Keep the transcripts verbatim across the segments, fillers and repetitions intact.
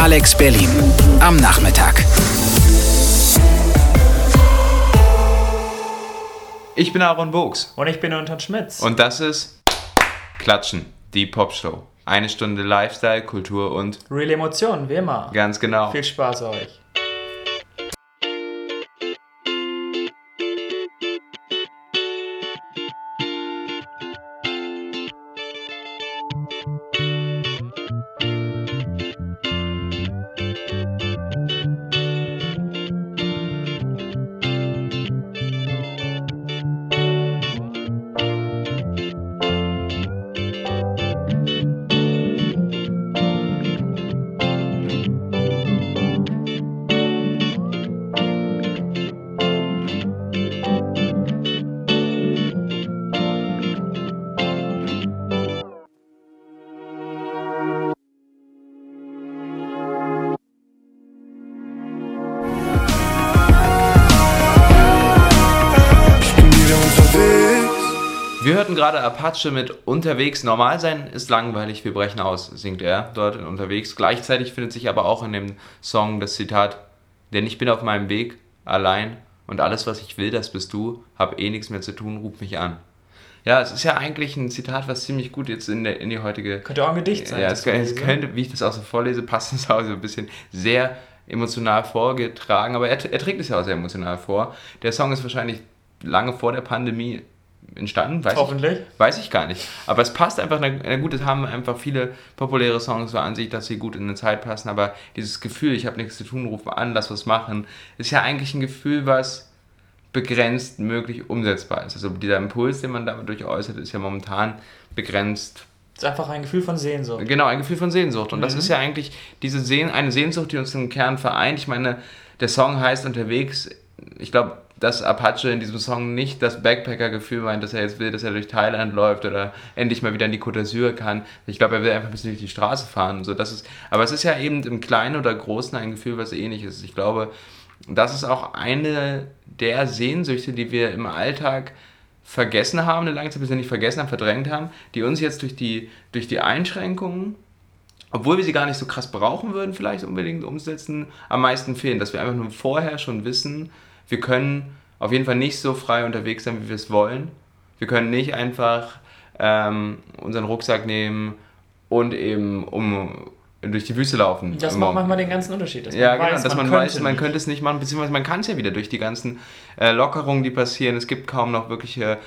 Alex Berlin am Nachmittag. Ich bin Aaron Bogs. Und ich bin Unter Schmitz. Und das ist Klatschen, die Popshow. Eine Stunde Lifestyle, Kultur und Real Emotionen, wie immer. Ganz genau. Viel Spaß euch. Wir hörten gerade Apache mit Unterwegs. Normal sein ist langweilig, wir brechen aus, singt er dort in Unterwegs. Gleichzeitig findet sich aber auch in dem Song das Zitat: Denn ich bin auf meinem Weg, allein, und alles, was ich will, das bist du, hab eh nichts mehr zu tun, ruf mich an. Ja, es ist ja eigentlich ein Zitat, was ziemlich gut jetzt in, der, in die heutige... Könnte auch ein Gedicht sein. Ja, es, es könnte, wie ich das auch so vorlese, passt es auch so ein bisschen sehr emotional vorgetragen, aber er, er trägt es ja auch sehr emotional vor. Der Song ist wahrscheinlich lange vor der Pandemie entstanden, weiß Hoffentlich. Ich, weiß ich gar nicht. Aber es passt einfach, na gut, es haben einfach viele populäre Songs so an sich, dass sie gut in eine Zeit passen, aber dieses Gefühl, ich habe nichts zu tun, rufe an, lass was machen, ist ja eigentlich ein Gefühl, was begrenzt möglich umsetzbar ist. Also dieser Impuls, den man dadurch äußert, ist ja momentan begrenzt. Es ist einfach ein Gefühl von Sehnsucht. Genau, ein Gefühl von Sehnsucht. Und mhm. das ist ja eigentlich diese Sehn- eine Sehnsucht, die uns im Kern vereint. Ich meine, der Song heißt Unterwegs. Ich glaube, dass Apache in diesem Song nicht das Backpacker-Gefühl meint, dass er jetzt will, dass er durch Thailand läuft oder endlich mal wieder in die Côte d'Azur kann. Ich glaube, er will einfach ein bisschen durch die Straße fahren. So, das ist, aber es ist ja eben im Kleinen oder Großen ein Gefühl, was ähnlich ist. Ich glaube, das ist auch eine der Sehnsüchte, die wir im Alltag vergessen haben, eine lange Zeit, bis wir nicht vergessen haben, verdrängt haben, die uns jetzt durch die, durch die Einschränkungen, obwohl wir sie gar nicht so krass brauchen würden, vielleicht unbedingt umsetzen, am meisten fehlen. Dass wir einfach nur vorher schon wissen, wir können auf jeden Fall nicht so frei unterwegs sein, wie wir es wollen. Wir können nicht einfach ähm, unseren Rucksack nehmen und eben um durch die Wüste laufen. Das macht manchmal den ganzen Unterschied. Dass ja, man genau, weiß, dass man, man weiß, man könnte es nicht machen, beziehungsweise man kann es ja wieder durch die ganzen äh, Lockerungen, die passieren. Es gibt kaum noch wirkliche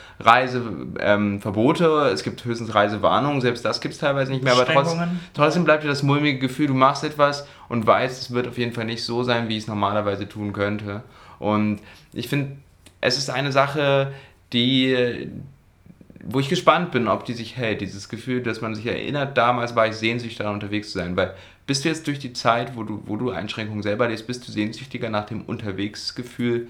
Reiseverbote, ähm, es gibt höchstens Reisewarnungen, selbst das gibt es teilweise nicht mehr, aber trotz, trotzdem bleibt dir das mulmige Gefühl, du machst etwas und weißt, es wird auf jeden Fall nicht so sein, wie es normalerweise tun könnte. Und ich finde, es ist eine Sache, die... wo ich gespannt bin, ob die sich hält, dieses Gefühl, dass man sich erinnert, damals war ich sehnsüchtig daran, unterwegs zu sein, weil bist du jetzt durch die Zeit, wo du, wo du Einschränkungen selber lebst, bist du sehnsüchtiger nach dem Unterwegsgefühl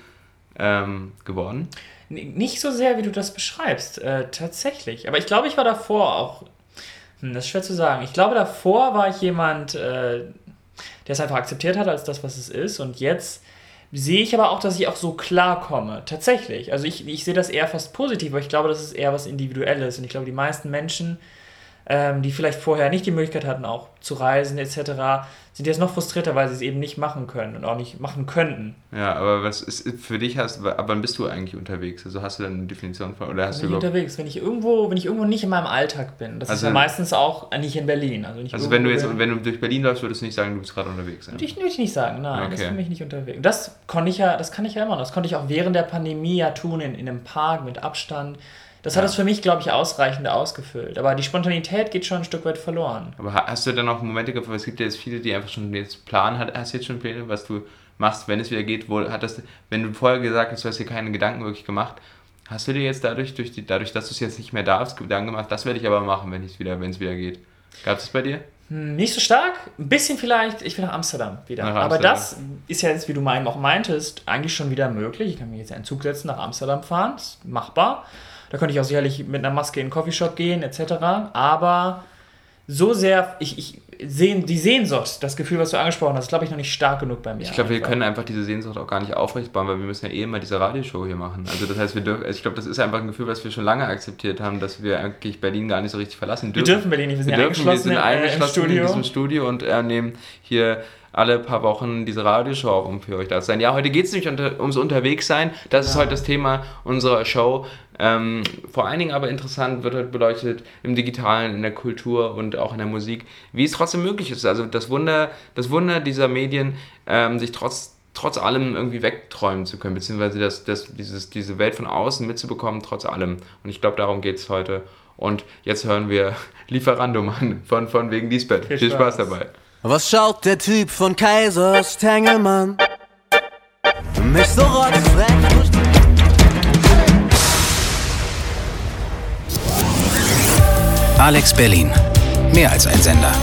ähm, geworden? Nicht so sehr, wie du das beschreibst, äh, tatsächlich. Aber ich glaube, ich war davor auch, hm, das ist schwer zu sagen, ich glaube, davor war ich jemand, äh, der es einfach akzeptiert hat als das, was es ist, und jetzt sehe ich aber auch, dass ich auch so klarkomme. Tatsächlich. Also ich, ich sehe das eher fast positiv, weil ich glaube, das ist eher was Individuelles. Und ich glaube, die meisten Menschen, ähm, die vielleicht vorher nicht die Möglichkeit hatten, auch zu reisen et cetera, sind jetzt noch frustrierter, weil sie es eben nicht machen können und auch nicht machen könnten. Ja, aber was ist für dich, hast, ab wann bist du eigentlich unterwegs? Also hast du dann eine Definition von, oder hast bin du ich unterwegs, wenn ich irgendwo, wenn ich irgendwo nicht in meinem Alltag bin. Das also, ist ja meistens auch nicht in Berlin. Also, nicht also wenn du jetzt, bin, wenn du durch Berlin läufst, würdest du nicht sagen, du bist gerade unterwegs. Ja? Würde ich, würde ich nicht sagen, nein, okay. Das ist für mich nicht unterwegs. Das konnte ich ja, das kann ich ja immer noch. Das konnte ich auch während der Pandemie ja tun, in, in einem Park mit Abstand. Das hat es für mich, glaube ich, ausreichend ausgefüllt. Aber die Spontanität geht schon ein Stück weit verloren. Aber hast du dann auch Momente gehabt, weil es gibt ja jetzt viele, die einfach schon jetzt planen, hast du jetzt schon Pläne, was du machst, wenn es wieder geht? Wo hat das, wenn du vorher gesagt hast, du hast dir keine Gedanken wirklich gemacht, hast du dir jetzt dadurch, durch die, dadurch, dass du es jetzt nicht mehr darfst, Gedanken gemacht, das werde ich aber machen, wenn es wieder, wenn es wieder geht? Gab es das bei dir? Hm, nicht so stark, ein bisschen vielleicht, ich will nach Amsterdam wieder. Nach aber Amsterdam. Das ist ja jetzt, wie du auch meintest, eigentlich schon wieder möglich. Ich kann mich jetzt in einen Zug setzen, nach Amsterdam fahren, das ist machbar. Da könnte ich auch sicherlich mit einer Maske in einen Coffeeshop gehen, et cetera. Aber so sehr, ich, ich sehe die Sehnsucht, das Gefühl, was du angesprochen hast, ist, glaube ich, noch nicht stark genug bei mir. Ich glaube, wir können einfach diese Sehnsucht auch gar nicht aufrechtbauen, weil wir müssen ja eh immer diese Radioshow hier machen. Also das heißt, wir dürfen, ich glaube, das ist einfach ein Gefühl, was wir schon lange akzeptiert haben, dass wir eigentlich Berlin gar nicht so richtig verlassen dürfen. Wir dürfen Berlin nicht, wir sind, wir ja dürfen, eingeschlossen, wir sind eingeschlossen äh, im Studio. in diesem Studio und äh, nehmen hier alle paar Wochen diese Radioshow auch um für euch da zu sein. Ja, heute geht es nicht unter, ums Unterwegssein, das ja. ist heute das Thema unserer Show. Ähm, vor allen Dingen aber interessant wird heute beleuchtet im Digitalen, in der Kultur und auch in der Musik, wie es trotzdem möglich ist. Also das Wunder, das Wunder dieser Medien, ähm, sich trotz, trotz allem irgendwie wegträumen zu können, beziehungsweise das, das, dieses, diese Welt von außen mitzubekommen, trotz allem. Und ich glaube, darum geht es heute. Und jetzt hören wir Lieferandum an, von, von wegen Lisbeth. Viel, Viel Spaß. Spaß dabei. Was schaut der Typ von Kaisers Tengelmann? Mich so rotzfrech durch die... Alex Berlin. Mehr als ein Sender.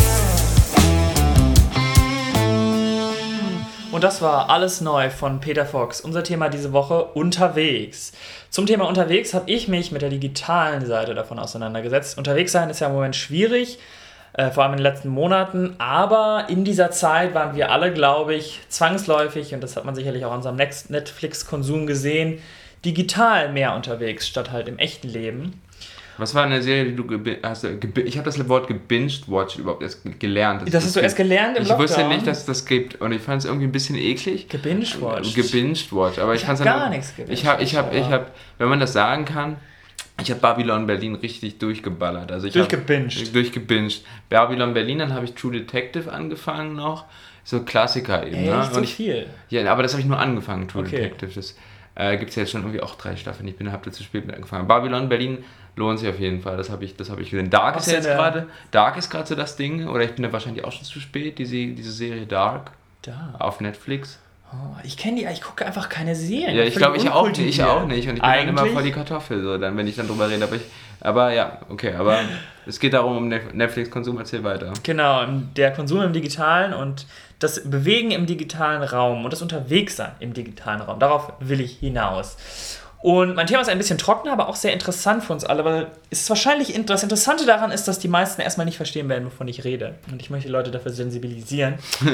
Und das war Alles neu von Peter Fox. Unser Thema diese Woche: unterwegs. Zum Thema unterwegs habe ich mich mit der digitalen Seite davon auseinandergesetzt. Unterwegs sein ist ja im Moment schwierig, äh, vor allem in den letzten Monaten. Aber in dieser Zeit waren wir alle, glaube ich, zwangsläufig, und das hat man sicherlich auch an unserem Netflix-Konsum gesehen, digital mehr unterwegs, statt halt im echten Leben. Was war eine Serie, die du gebi- hast? Gebi- ich habe das Wort gebinged-watched überhaupt erst gelernt. Das, das hast du erst gelernt im ich Lockdown? Ich wusste nicht, dass es das gibt und ich fand es irgendwie ein bisschen eklig. Gebinged-watched? Gebinged-watched. Aber ich, ich habe gar dann, nichts gebinged. Ich habe, ich habe, ich habe, wenn man das sagen kann, ich habe Babylon Berlin richtig durchgeballert. Also ich durchgebinged. Hab, durchgebinged. Babylon Berlin, dann habe ich True Detective angefangen noch. So Klassiker eben. Ey, ne? Nicht so und ich, viel. Ja, aber das habe ich nur angefangen, True okay. Detective. Das äh, gibt es ja jetzt schon irgendwie auch drei Staffeln. Ich bin, habe da zu spät mit angefangen. Babylon Berlin lohnt sich auf jeden Fall, das habe ich, das hab ich gesehen. Dark Was ist jetzt gerade, Dark ist gerade so das Ding, oder ich bin da wahrscheinlich auch schon zu spät, diese, diese Serie Dark, Dark auf Netflix. Oh, ich kenne die, ich gucke einfach keine Serien. Ja, ich glaube, ich auch nicht, ich auch nicht, und ich bin Eigentlich? dann immer voll die Kartoffel, so, dann, wenn ich dann drüber rede, aber ich, aber ja, okay, aber es geht darum, um Netflix-Konsum, erzähl weiter. Genau, der Konsum im Digitalen und das Bewegen im digitalen Raum und das Unterwegssein im digitalen Raum, darauf will ich hinaus. Und mein Thema ist ein bisschen trockener, aber auch sehr interessant für uns alle, weil es ist wahrscheinlich, das Interessante daran ist, dass die meisten erstmal nicht verstehen werden, wovon ich rede. Und ich möchte die Leute dafür sensibilisieren.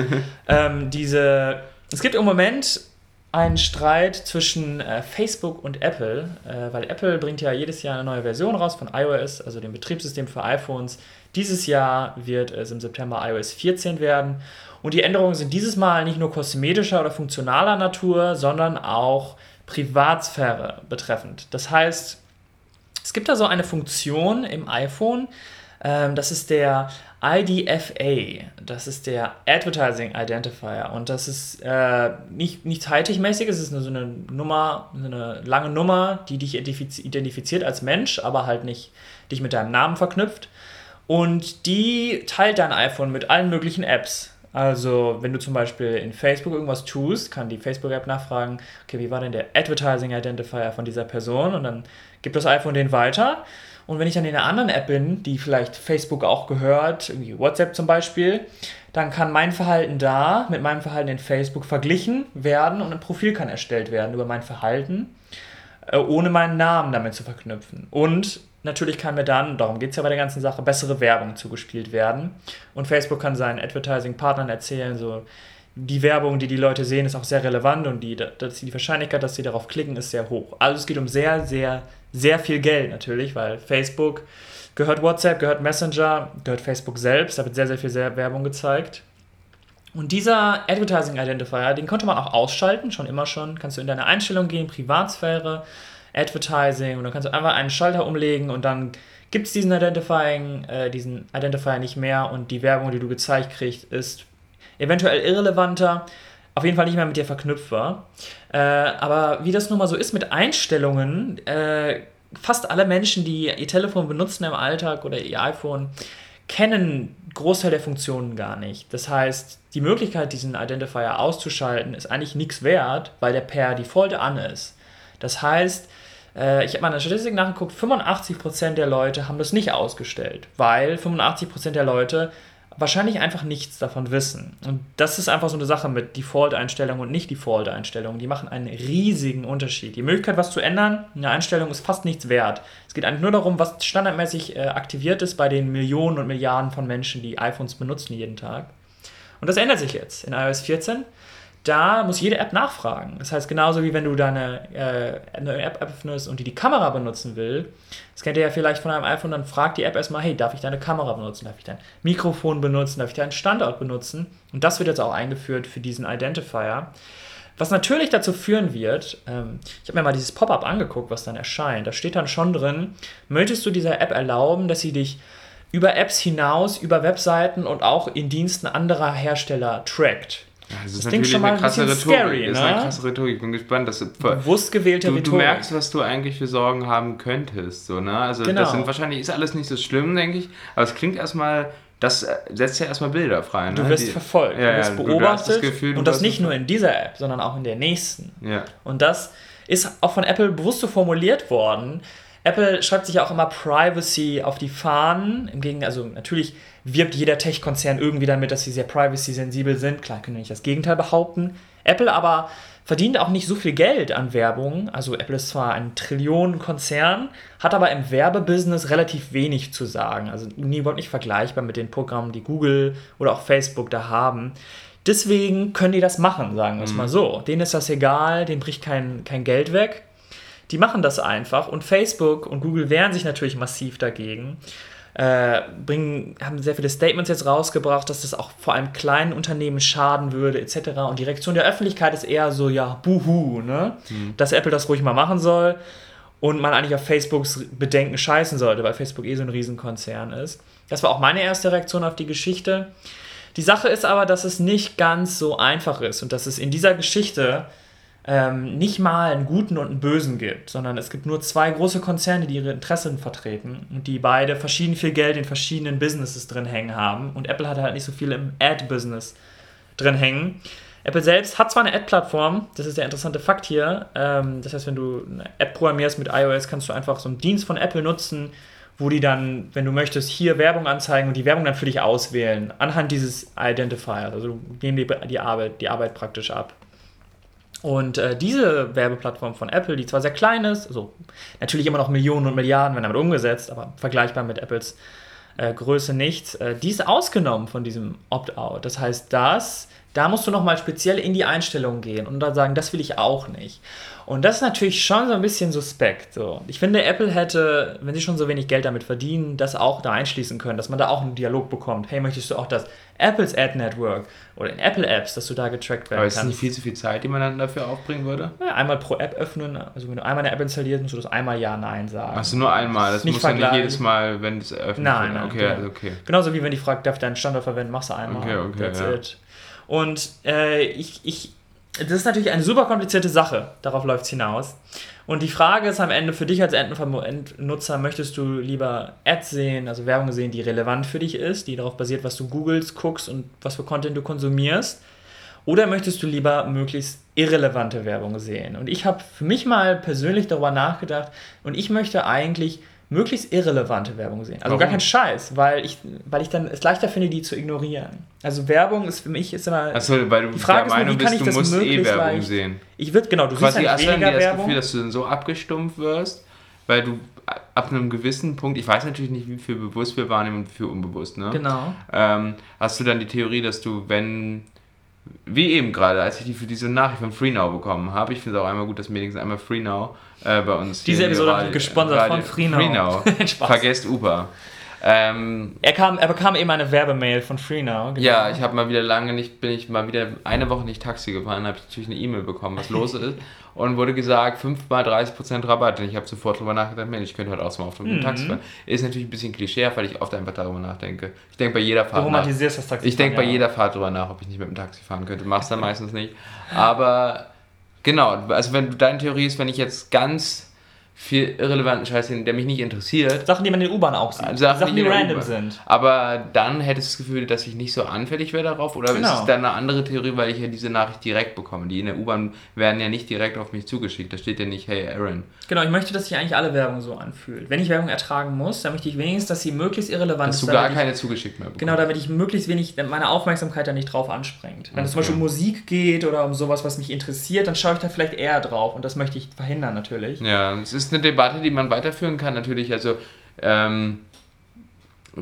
ähm, diese, es gibt im Moment einen Streit zwischen äh, Facebook und Apple, äh, weil Apple bringt ja jedes Jahr eine neue Version raus von iOS, also dem Betriebssystem für iPhones. Dieses Jahr wird es im September i O S vierzehn werden. Und die Änderungen sind dieses Mal nicht nur kosmetischer oder funktionaler Natur, sondern auch Privatsphäre betreffend. Das heißt, es gibt da so eine Funktion im iPhone, ähm, das ist der I D F A, das ist der Advertising Identifier, und das ist äh, nicht, nichts Hightech-mäßiges, es ist nur so eine Nummer, so eine lange Nummer, die dich identifiziert als Mensch, aber halt nicht dich mit deinem Namen verknüpft, und die teilt dein iPhone mit allen möglichen Apps. Also, wenn du zum Beispiel in Facebook irgendwas tust, kann die Facebook-App nachfragen, okay, wie war denn der Advertising Identifier von dieser Person? Und dann gibt das iPhone den weiter. Und wenn ich dann in einer anderen App bin, die vielleicht Facebook auch gehört, irgendwie WhatsApp zum Beispiel, dann kann mein Verhalten da mit meinem Verhalten in Facebook verglichen werden und ein Profil kann erstellt werden über mein Verhalten, ohne meinen Namen damit zu verknüpfen. Und natürlich kann mir dann, darum geht es ja bei der ganzen Sache, bessere Werbung zugespielt werden. Und Facebook kann seinen Advertising-Partnern erzählen, so, die Werbung, die die Leute sehen, ist auch sehr relevant und die, dass die Wahrscheinlichkeit, dass sie darauf klicken, ist sehr hoch. Also es geht um sehr, sehr, sehr viel Geld natürlich, weil Facebook gehört WhatsApp, gehört Messenger, gehört Facebook selbst, da wird sehr, sehr viel Werbung gezeigt. Und dieser Advertising Identifier, den konnte man auch ausschalten, schon immer schon. Kannst du in deine Einstellung gehen, Privatsphäre, Advertising, und dann kannst du einfach einen Schalter umlegen und dann gibt es diesen Identifying, äh, diesen Identifier nicht mehr und die Werbung, die du gezeigt kriegst, ist eventuell irrelevanter, auf jeden Fall nicht mehr mit dir verknüpfbar. Äh, aber wie das nun mal so ist mit Einstellungen, äh, fast alle Menschen, die ihr Telefon benutzen im Alltag oder ihr iPhone, kennen Großteil der Funktionen gar nicht. Das heißt, die Möglichkeit, diesen Identifier auszuschalten, ist eigentlich nichts wert, weil der per Default an ist. Das heißt, äh, ich habe mal in der Statistik nachgeguckt, fünfundachtzig Prozent der Leute haben das nicht ausgestellt, weil fünfundachtzig Prozent der Leute wahrscheinlich einfach nichts davon wissen. Und das ist einfach so eine Sache mit Default-Einstellungen und Nicht-Default-Einstellungen. Die machen einen riesigen Unterschied. Die Möglichkeit, was zu ändern, eine Einstellung ist fast nichts wert. Es geht eigentlich nur darum, was standardmäßig äh, aktiviert ist bei den Millionen und Milliarden von Menschen, die iPhones benutzen jeden Tag. Und das ändert sich jetzt in i O S vierzehn. da muss jede App nachfragen. Das heißt, genauso wie wenn du deine äh, eine App öffnest und die die Kamera benutzen will, das kennt ihr ja vielleicht von einem iPhone, dann fragt die App erstmal, hey, darf ich deine Kamera benutzen? Darf ich dein Mikrofon benutzen? Darf ich deinen Standort benutzen? Und das wird jetzt auch eingeführt für diesen Identifier. Was natürlich dazu führen wird, ähm, ich habe mir mal dieses Pop-up angeguckt, was dann erscheint. Da steht dann schon drin, möchtest du dieser App erlauben, dass sie dich über Apps hinaus, über Webseiten und auch in Diensten anderer Hersteller trackt? Ja, das, das ist klingt schon mal ein bisschen Rhetorik. scary, Das ne? ist eine krasse Rhetorik. Ich bin gespannt. Dass Bewusst gewählte du, Rhetorik. du merkst, was du eigentlich für Sorgen haben könntest. So, ne? Also Genau. das sind wahrscheinlich, ist alles nicht so schlimm, denke ich. Aber es klingt erstmal, das setzt ja erstmal Bilder frei. Ne? Du wirst Die, verfolgt, ja, du wirst ja, du beobachtet hast das Gefühl, du und das wirst nicht nur in dieser App, sondern auch in der nächsten. Ja. Und das ist auch von Apple bewusst so formuliert worden. Apple schreibt sich ja auch immer Privacy auf die Fahnen. Im Gegenteil, also natürlich wirbt jeder Tech-Konzern irgendwie damit, dass sie sehr privacy-sensibel sind. Klar, können wir nicht das Gegenteil behaupten. Apple aber verdient auch nicht so viel Geld an Werbung. Also Apple ist zwar ein Trillionenkonzern, hat aber im Werbebusiness relativ wenig zu sagen. Also überhaupt nicht vergleichbar mit den Programmen, die Google oder auch Facebook da haben. Deswegen können die das machen, sagen wir es mhm. mal so. Denen ist das egal, denen bricht kein, kein Geld weg. Die machen das einfach und Facebook und Google wehren sich natürlich massiv dagegen. Äh, bringen, haben sehr viele Statements jetzt rausgebracht, dass das auch vor allem kleinen Unternehmen schaden würde, et cetera. Und die Reaktion der Öffentlichkeit ist eher so, ja, buhu, ne? Mhm. Dass Apple das ruhig mal machen soll und man eigentlich auf Facebooks Bedenken scheißen sollte, weil Facebook eh so ein Riesenkonzern ist. Das war auch meine erste Reaktion auf die Geschichte. Die Sache ist aber, dass es nicht ganz so einfach ist und dass es in dieser Geschichte ähm, nicht mal einen Guten und einen Bösen gibt, sondern es gibt nur zwei große Konzerne, die ihre Interessen vertreten und die beide verschieden viel Geld in verschiedenen Businesses drin hängen haben und Apple hat halt nicht so viel im Ad-Business drin hängen. Apple selbst hat zwar eine Ad-Plattform, das ist der interessante Fakt hier, ähm, das heißt, wenn du eine App programmierst mit iOS, kannst du einfach so einen Dienst von Apple nutzen, wo die dann, wenn du möchtest, hier Werbung anzeigen und die Werbung dann für dich auswählen, anhand dieses Identifiers. Also nehmen die, die, Arbeit, die Arbeit praktisch ab. Und äh, diese Werbeplattform von Apple, die zwar sehr klein ist, also natürlich immer noch Millionen und Milliarden werden damit umgesetzt, aber vergleichbar mit Apples äh, Größe nicht, äh, die ist ausgenommen von diesem Opt-out. Das heißt, das, da musst du nochmal speziell in die Einstellungen gehen und dann sagen, das will ich auch nicht. Und das ist natürlich schon so ein bisschen suspekt. So. Ich finde, Apple hätte, wenn sie schon so wenig Geld damit verdienen, das auch da einschließen können, dass man da auch einen Dialog bekommt. Hey, möchtest du auch das Apples Ad Network oder in Apple Apps, dass du da getrackt werden Aber ist kannst? nicht viel zu viel Zeit, die man dann dafür aufbringen würde? Ja, einmal pro App öffnen. Also wenn du einmal eine App installierst, musst du das einmal Ja, Nein sagen. Achso, nur einmal. Das Nicht muss ja nicht vergleichen. jedes Mal, wenn es öffnet. Nein, nein. Okay, genau. also okay. Genauso wie wenn die fragt, darf ich deinen Standort verwenden, machst du einmal. Okay, okay, That's ja. it. Und äh, ich, ich, das ist natürlich eine super komplizierte Sache. Darauf läuft es hinaus. Und die Frage ist am Ende für dich als Endnutzer, möchtest du lieber Ads sehen, also Werbung sehen, die relevant für dich ist, die darauf basiert, was du googelst, guckst und was für Content du konsumierst? Oder möchtest du lieber möglichst irrelevante Werbung sehen? Und ich habe für mich mal persönlich darüber nachgedacht und ich möchte eigentlich möglichst irrelevante Werbung sehen. Also Warum? gar kein Scheiß, weil ich, weil ich dann es leichter finde, die zu ignorieren. Also Werbung ist für mich ist immer... Achso, weil du die Frage der ist nur, Meinung wie kann bist, ich du das musst eh möglichst Werbung leicht- sehen. Ich würde, genau, du Quasi siehst hast halt du dann weniger das Werbung. Gefühl, dass du dann so abgestumpft wirst, weil du ab einem gewissen Punkt, ich weiß natürlich nicht, wie viel bewusst wir wahrnehmen und wie viel unbewusst, ne? Genau. Ähm, hast du dann die Theorie, dass du, wenn, wie eben gerade, als ich die für diese Nachricht von FreeNow bekommen habe, ich finde es auch einmal gut, dass wenigstens einmal FreeNow äh, bei uns Diese hier in der Episode Radio- wird gesponsert Radio- von FreeNow. FreeNow. Spaß. Vergesst Uber. Ähm, Er, kam, er bekam eben eine Werbemail von FreeNow. Genau. Ja, ich habe mal wieder lange nicht, bin ich mal wieder eine Woche nicht Taxi gefahren, habe ich natürlich eine E-Mail bekommen, was los ist. Und wurde gesagt, fünf mal dreißig Prozent Rabatt. Und ich habe sofort drüber nachgedacht, Mensch, ich könnte heute auch mal auf dem Mhm. Taxi fahren. Ist natürlich ein bisschen klischeehaft, weil ich oft einfach darüber nachdenke. Ich denke bei jeder Du Fahrt nach. romantisierst das Taxi. Ich denke bei ja. jeder Fahrt drüber nach, ob ich nicht mit dem Taxi fahren könnte. Mach's dann meistens nicht. Aber genau, also wenn deine Theorie ist, wenn ich jetzt ganz viel irrelevanten Scheiß sehen, der mich nicht interessiert. Sachen, die man in der U-Bahn auch sieht. Sachen, Sachen, die in der random U-Bahn. sind. Aber dann hättest du das Gefühl, dass ich nicht so anfällig wäre darauf? Oder Genau. ist es dann eine andere Theorie, weil ich ja diese Nachricht direkt bekomme? Die in der U-Bahn werden ja nicht direkt auf mich zugeschickt. Da steht ja nicht, hey Aaron. Genau, ich möchte, dass sich eigentlich alle Werbung so anfühlt. Wenn ich Werbung ertragen muss, dann möchte ich wenigstens, dass sie möglichst irrelevant Dass ist. du gar damit ich- keine zugeschickt mehr bekommst. Genau, damit ich möglichst wenig, meine Aufmerksamkeit da nicht drauf anspringt. Wenn es zum Okay. Beispiel um Musik geht oder um sowas, was mich interessiert, dann schaue ich da vielleicht eher drauf und das möchte ich verhindern natürlich. Ja, es ist eine Debatte, die man weiterführen kann natürlich. Also ähm,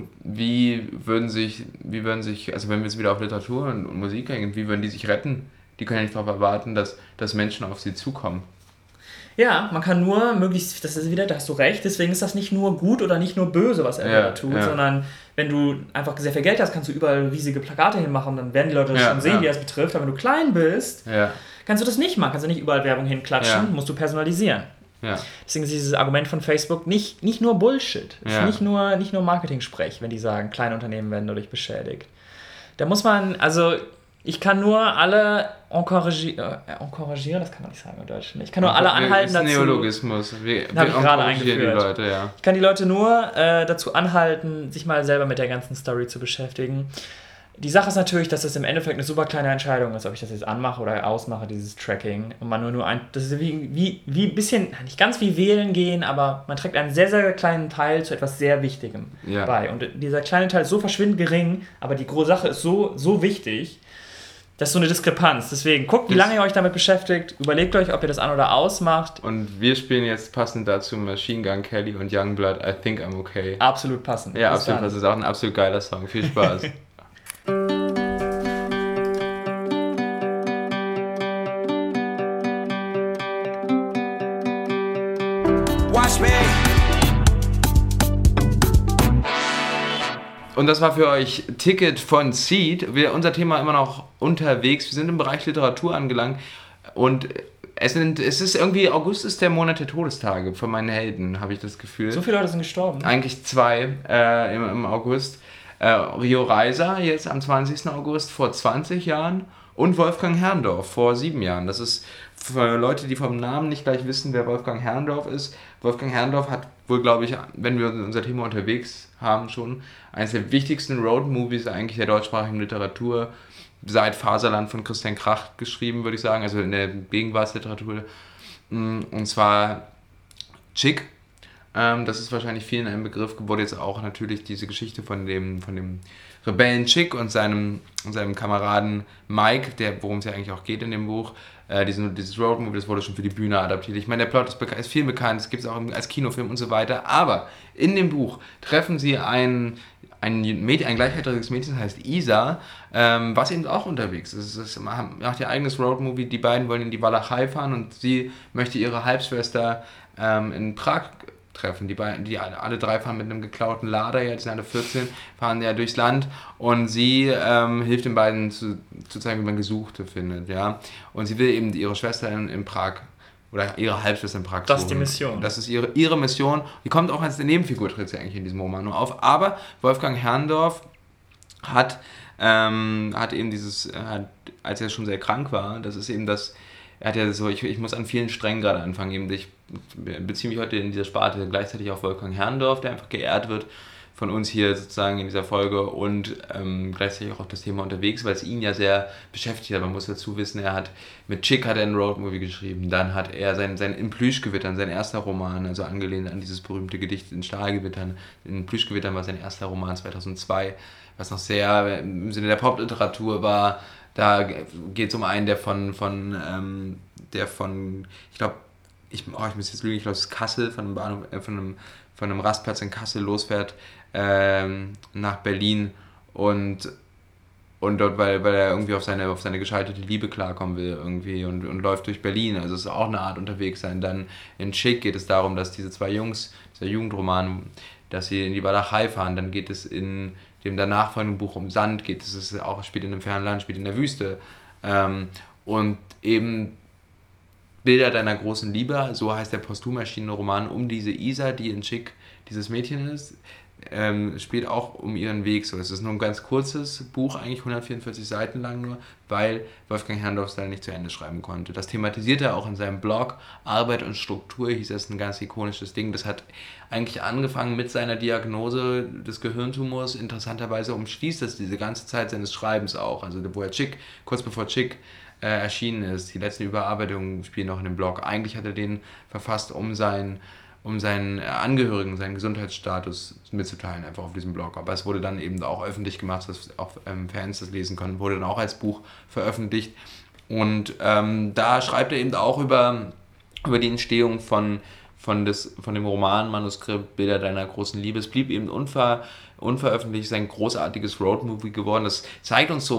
wie würden sich, wie würden sich, also wenn wir jetzt wieder auf Literatur und, und Musik hängen, wie würden die sich retten, die können ja nicht darauf erwarten, dass, dass Menschen auf sie zukommen. Ja, man kann nur möglichst, das ist wieder, da hast du recht, deswegen ist das nicht nur gut oder nicht nur böse, was er ja, da tut, ja. sondern wenn du einfach sehr viel Geld hast, kannst du überall riesige Plakate hinmachen, dann werden die Leute das ja, schon sehen, ja. die das betrifft, aber wenn du klein bist, ja. kannst du das nicht machen, kannst du nicht überall Werbung hinklatschen, Ja. musst du personalisieren. Ja. Deswegen ist dieses Argument von Facebook nicht, nicht nur Bullshit, es Ja. ist nicht nur, nicht nur Marketing-Sprech, wenn die sagen, kleine Unternehmen werden dadurch beschädigt. Da muss man, also ich kann nur alle encouragieren, äh, encouragieren, das kann man nicht sagen in Deutsch. Ich kann nur alle anhalten das ist dazu. Neologismus. Wir, Hab ich gerade encouragieren die eingeführt. Leute, ja. Ich kann die Leute nur äh, dazu anhalten, sich mal selber mit der ganzen Story zu beschäftigen. Die Sache ist natürlich, dass das im Endeffekt eine super kleine Entscheidung ist, ob ich das jetzt anmache oder ausmache, dieses Tracking. Und man nur, nur ein, das ist wie, wie, wie ein bisschen, nicht ganz wie wählen gehen, aber man trägt einen sehr, sehr kleinen Teil zu etwas sehr Wichtigem Ja. bei. Und dieser kleine Teil ist so verschwindend gering, aber die große Sache ist so, so wichtig, das ist so eine Diskrepanz. Deswegen guckt, wie Das- lange ihr euch damit beschäftigt, überlegt euch, ob ihr das an- oder ausmacht. Und wir spielen jetzt passend dazu Machine Gun Kelly und Youngblood, I Think I'm Okay. Absolut passend. Ja, Bis absolut. dann. Das ist auch ein absolut geiler Song. Viel Spaß. Watch me. Und das war für euch Ticket von Seed. Wir, unser Thema immer noch unterwegs. Wir sind im Bereich Literatur angelangt. Und es, sind, es ist irgendwie, August ist der Monat der Todestage von meinen Helden, habe ich das Gefühl. So viele Leute sind gestorben. Eigentlich zwei äh, im, im August. Äh, Rio Reiser jetzt am zwanzigsten August vor zwanzig Jahren und Wolfgang Herrndorf vor sieben Jahren. Das ist für Leute, die vom Namen nicht gleich wissen, wer Wolfgang Herrndorf ist. Wolfgang Herrndorf hat wohl, glaube ich, wenn wir unser Thema unterwegs haben schon, eines der wichtigsten Road-Movies eigentlich der deutschsprachigen Literatur seit Faserland von Christian Kracht geschrieben, würde ich sagen, also in der Gegenwartsliteratur. Und zwar Chick. Ähm, das ist wahrscheinlich vielen ein Begriff, wurde jetzt auch natürlich diese Geschichte von dem, von dem Rebellen Chick und seinem, und seinem Kameraden Mike, der, worum es ja eigentlich auch geht in dem Buch, äh, diesen, dieses Roadmovie, das wurde schon für die Bühne adaptiert. Ich meine, der Plot ist, beka- ist viel bekannt, es gibt es auch im, als Kinofilm und so weiter, aber in dem Buch treffen sie ein, ein, Mädchen, ein gleichaltriges Mädchen, das heißt Isa, ähm, was eben auch unterwegs ist. Es ist, macht ihr eigenes Roadmovie, die beiden wollen in die Walachei fahren und sie möchte ihre Halbschwester ähm, in Prag treffen. Die beiden, die alle drei fahren mit einem geklauten Lader, jetzt sind alle vierzehn, fahren ja durchs Land und sie ähm, hilft den beiden zu, zu zeigen, wie man Gesuchte findet, ja. Und sie will eben ihre Schwester in, in Prag oder ihre Halbschwester in Prag Das ist die suchen. Mission. Das ist ihre, ihre Mission. Die kommt auch als eine Nebenfigur, tritt sie eigentlich in diesem Roman nur auf. Aber Wolfgang Herrndorf hat, ähm, hat eben dieses, hat, als er schon sehr krank war, das ist eben das, er hat ja so, ich, ich muss an vielen Strängen gerade anfangen, eben, ich beziehe mich heute in dieser Sparte gleichzeitig auf Wolfgang Herrndorf, der einfach geehrt wird von uns hier sozusagen in dieser Folge und ähm, gleichzeitig auch auf das Thema unterwegs, weil es ihn ja sehr beschäftigt hat. Man muss dazu wissen, er hat mit Chick hat er ein Roadmovie geschrieben, dann hat er sein, sein In Plüschgewittern, sein erster Roman, also angelehnt an dieses berühmte Gedicht in Stahlgewittern. In Plüschgewittern war sein erster Roman zweitausendzwei, was noch sehr im Sinne der Popliteratur war. Da geht es um einen, der von, von, ähm, der von, ich glaube, ich, oh, ich muss jetzt lügen, ich glaube, es ist Kassel, von einem, Bahnhof, äh, von, einem, von einem Rastplatz in Kassel losfährt ähm, nach Berlin und, und dort, weil, weil er irgendwie auf seine, auf seine gescheiterte Liebe klarkommen will irgendwie und, und läuft durch Berlin, also es ist auch eine Art unterwegs sein. Dann in Chick geht es darum, dass diese zwei Jungs, dieser Jugendroman, dass sie in die Walachei fahren, dann geht es in dem danach folgenden Buch um Sand, geht es, es ist auch, spielt in einem fernen Land, spielt in der Wüste ähm, und eben Bilder deiner großen Liebe, so heißt der posthum erschienene Roman um diese Isa, die in Chick dieses Mädchen ist, ähm, spielt auch um ihren Weg so. Es ist nur ein ganz kurzes Buch, eigentlich hundertvierundvierzig Seiten lang nur, weil Wolfgang Herrndorf es dann nicht zu Ende schreiben konnte. Das thematisiert er auch in seinem Blog. Arbeit und Struktur hieß das, ein ganz ikonisches Ding. Das hat eigentlich angefangen mit seiner Diagnose des Gehirntumors. Interessanterweise umschließt das diese ganze Zeit seines Schreibens auch. Also wo er Chick, kurz bevor Chick äh, erschienen ist, die letzten Überarbeitungen spielen noch in dem Blog. Eigentlich hat er den verfasst, um seinen um seinen Angehörigen, seinen Gesundheitsstatus mitzuteilen, einfach auf diesem Blog. Aber es wurde dann eben auch öffentlich gemacht, dass auch ähm, Fans das lesen konnten, wurde dann auch als Buch veröffentlicht. Und ähm, da schreibt er eben auch über, über die Entstehung von, von, des, von dem Romanmanuskript Bilder deiner großen Liebe. Es blieb eben unver, unveröffentlicht, ist ein großartiges Roadmovie geworden. Das zeigt uns so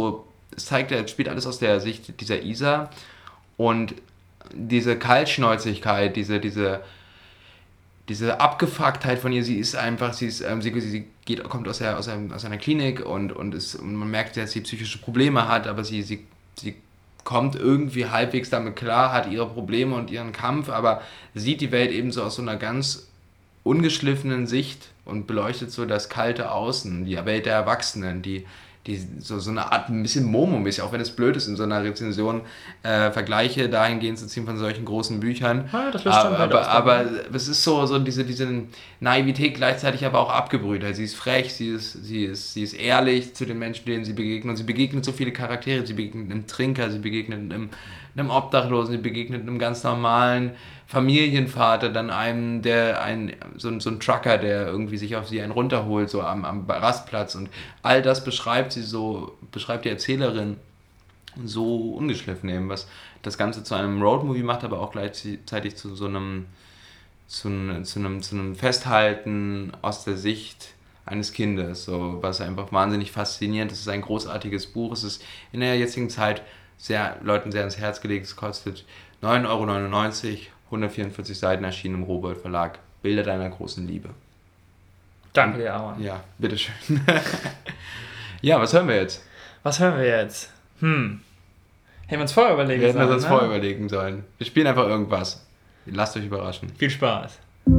es zeigt, es spielt alles aus der Sicht dieser Isa und diese Kaltschnäuzigkeit, diese, diese, diese Abgefucktheit von ihr, sie ist einfach, sie ist, ähm, sie, sie geht, kommt aus, der, aus, einem, aus einer Klinik und, und, ist, und man merkt, dass sie psychische Probleme hat, aber sie, sie, sie kommt irgendwie halbwegs damit klar, hat ihre Probleme und ihren Kampf, aber sieht die Welt eben so aus so einer ganz ungeschliffenen Sicht und beleuchtet so das kalte Außen, die Welt der Erwachsenen, die, die so, so eine Art, ein bisschen Momo-mäßig, auch wenn es blöd ist, in so einer Rezension äh, Vergleiche dahingehend zu ziehen von solchen großen Büchern. Ja, das aber, aber, aber es ist so, so diese, diese Naivität gleichzeitig aber auch abgebrüht. Sie ist frech, sie ist, sie, ist, sie ist ehrlich zu den Menschen, denen sie begegnet. Und sie begegnet so viele Charaktere. Sie begegnet einem Trinker, sie begegnet einem, einem Obdachlosen, sie begegnet einem ganz normalen Familienvater, dann einem, der ein, so, so ein Trucker, der irgendwie sich auf sie einen runterholt, so am, am Rastplatz. Und all das beschreibt sie so, beschreibt die Erzählerin so ungeschliffen eben, was das Ganze zu einem Roadmovie macht, aber auch gleichzeitig zu so einem, zu einem, zu einem, zu einem Festhalten aus der Sicht eines Kindes, so, was einfach wahnsinnig faszinierend ist. Es ist ein großartiges Buch, es ist in der jetzigen Zeit sehr, Leuten sehr ans Herz gelegt, es kostet neun Euro neunundneunzig, hundertvierundvierzig Seiten, erschienen im Rowohlt Verlag. Bilder deiner großen Liebe. Danke dir, Aaron. Ja, bitteschön. Ja, was hören wir jetzt? Was hören wir jetzt? Hm. Hätten wir uns vorher überlegen sollen. Wir hätten sollen, uns ne? vorher überlegen sollen. Wir spielen einfach irgendwas. Lasst euch überraschen. Viel Spaß.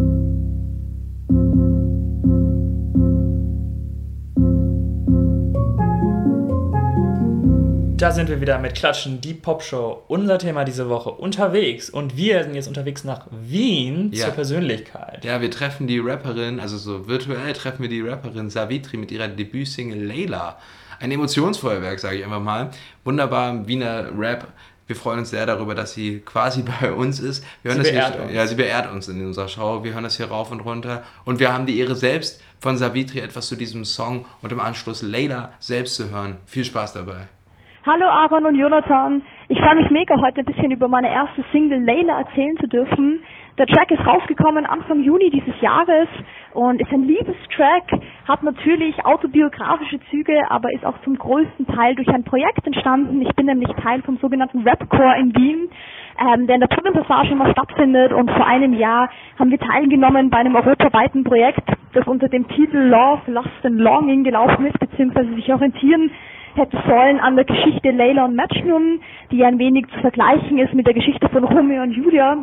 Da sind wir wieder mit Klatschen, die Popshow. Unser Thema diese Woche unterwegs. Und wir sind jetzt unterwegs nach Wien ja. zur Persönlichkeit. Ja, wir treffen die Rapperin, also so virtuell treffen wir die Rapperin Savitri mit ihrer Debütsingle Layla. Ein Emotionsfeuerwerk, sage ich einfach mal. Wunderbar Wiener Rap. Wir freuen uns sehr darüber, dass sie quasi bei uns ist. Wir hören sie das beehrt hier, uns. Ja, sie beehrt uns in unserer Show. Wir hören das hier rauf und runter. Und wir haben die Ehre selbst von Savitri etwas zu diesem Song und im Anschluss Layla selbst zu hören. Viel Spaß dabei. Hallo Aaron und Jonathan. Ich freue mich mega, heute ein bisschen über meine erste Single Layla erzählen zu dürfen. Der Track ist rausgekommen Anfang Juni dieses Jahres und ist ein Liebestrack, hat natürlich autobiografische Züge, aber ist auch zum größten Teil durch ein Projekt entstanden. Ich bin nämlich Teil vom sogenannten Rapcore in Wien, ähm, der in der Tunnelpassage immer stattfindet, und vor einem Jahr haben wir teilgenommen bei einem europaweiten Projekt, das unter dem Titel Love, Lust and Longing gelaufen ist, beziehungsweise sich orientieren hätte sollen an der Geschichte Layla und Majnun, die ein wenig zu vergleichen ist mit der Geschichte von Romeo und Julia.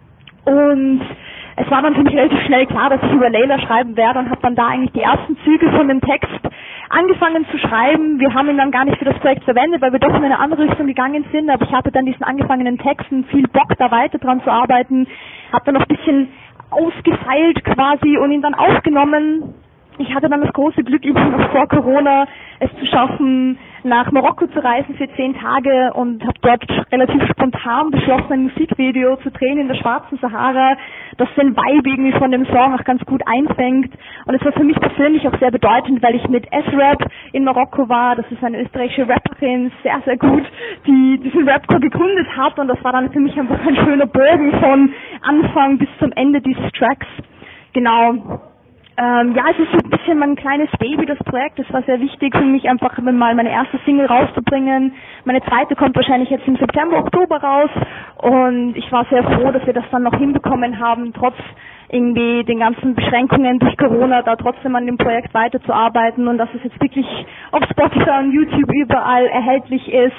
Und es war dann für mich relativ schnell klar, dass ich über Layla schreiben werde, und habe dann da eigentlich die ersten Züge von dem Text angefangen zu schreiben. Wir haben ihn dann gar nicht für das Projekt verwendet, weil wir doch in eine andere Richtung gegangen sind, aber ich hatte dann diesen angefangenen Texten viel Bock, da weiter dran zu arbeiten, habe dann noch ein bisschen ausgefeilt quasi und ihn dann aufgenommen. Ich hatte dann das große Glück, eben noch vor Corona es zu schaffen, nach Marokko zu reisen für zehn Tage und habe dort relativ spontan beschlossen, ein Musikvideo zu drehen in der Schwarzen Sahara, das den Vibe irgendwie von dem Song auch ganz gut einfängt. Und es war für mich persönlich auch sehr bedeutend, weil ich mit S-Rap in Marokko war. Das ist eine österreichische Rapperin, sehr, sehr gut, die diesen Rapcore gegründet hat, und das war dann für mich einfach ein schöner Bogen von Anfang bis zum Ende dieses Tracks. Genau. Ähm, ja, es ist so ein bisschen mein kleines Baby, das Projekt. Es war sehr wichtig für mich, einfach mal meine erste Single rauszubringen. Meine zweite kommt wahrscheinlich jetzt im September, Oktober raus. Und ich war sehr froh, dass wir das dann noch hinbekommen haben, trotz irgendwie den ganzen Beschränkungen durch Corona, da trotzdem an dem Projekt weiterzuarbeiten, und dass es jetzt wirklich auf Spotify und YouTube überall erhältlich ist.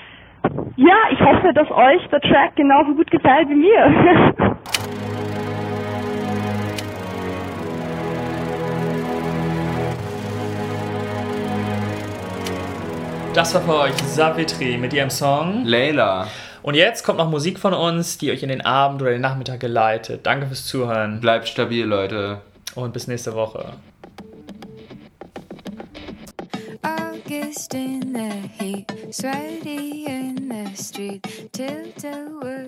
Ja, ich hoffe, dass euch der Track genauso gut gefällt wie mir. Das war für euch Savitri mit ihrem Song Layla. Und jetzt kommt noch Musik von uns, die euch in den Abend oder den Nachmittag geleitet. Danke fürs Zuhören. Bleibt stabil, Leute. Und bis nächste Woche. August in the heat, sweaty in the street, till the world